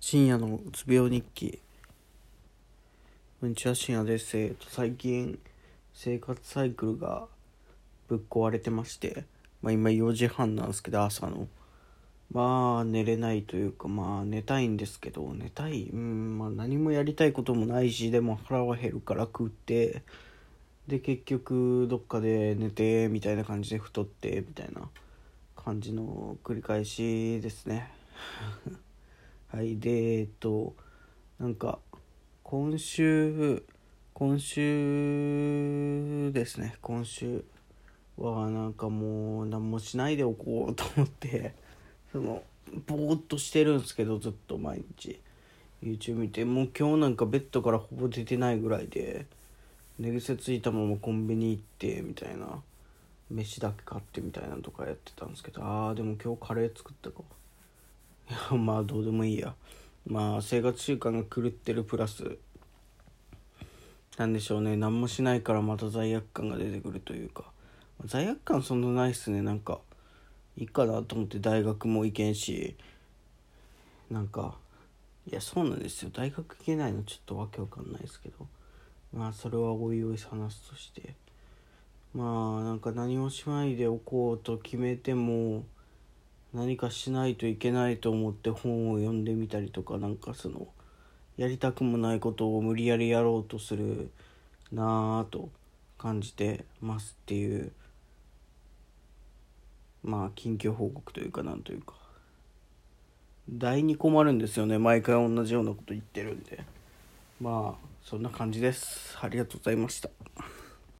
深夜のうつ病日記。こんにちは、深夜です。最近生活サイクルがぶっ壊れてまして、今4時半なんですけど、朝の寝れないというか、寝たいんですけど、何もやりたいこともないし、でも腹は減るから食って、で結局どっかで寝てみたいな感じで太ってみたいな感じの繰り返しですね。はいでなんか今週ですね。今週はもう何もしないでおこうと思ってぼーっとしてるんですけど、ずっと毎日 YouTube 見て、もう今日ベッドからほぼ出てないぐらいで、寝癖ついたままコンビニ行ってみたいな、飯だけ買ってみたいなのとかやってたんですけど、でも今日カレー作ったか。いやどうでもいいや。生活習慣が狂ってるプラスなんでしょうね、何もしないからまた罪悪感が出てくるというか、罪悪感そんなないっすね。いいかなと思って大学も行けんし、いやそうなんですよ、大学行けないのちょっとわけわかんないですけど、それはおいおい話すとして、何もしないでおこうと決めても何かしないといけないと思って本を読んでみたりとか、やりたくもないことを無理やりやろうとするなぁと感じてますっていう、近況報告というか、なんというか、第に困るんですよね、毎回同じようなこと言ってるんで。そんな感じです。ありがとうございました。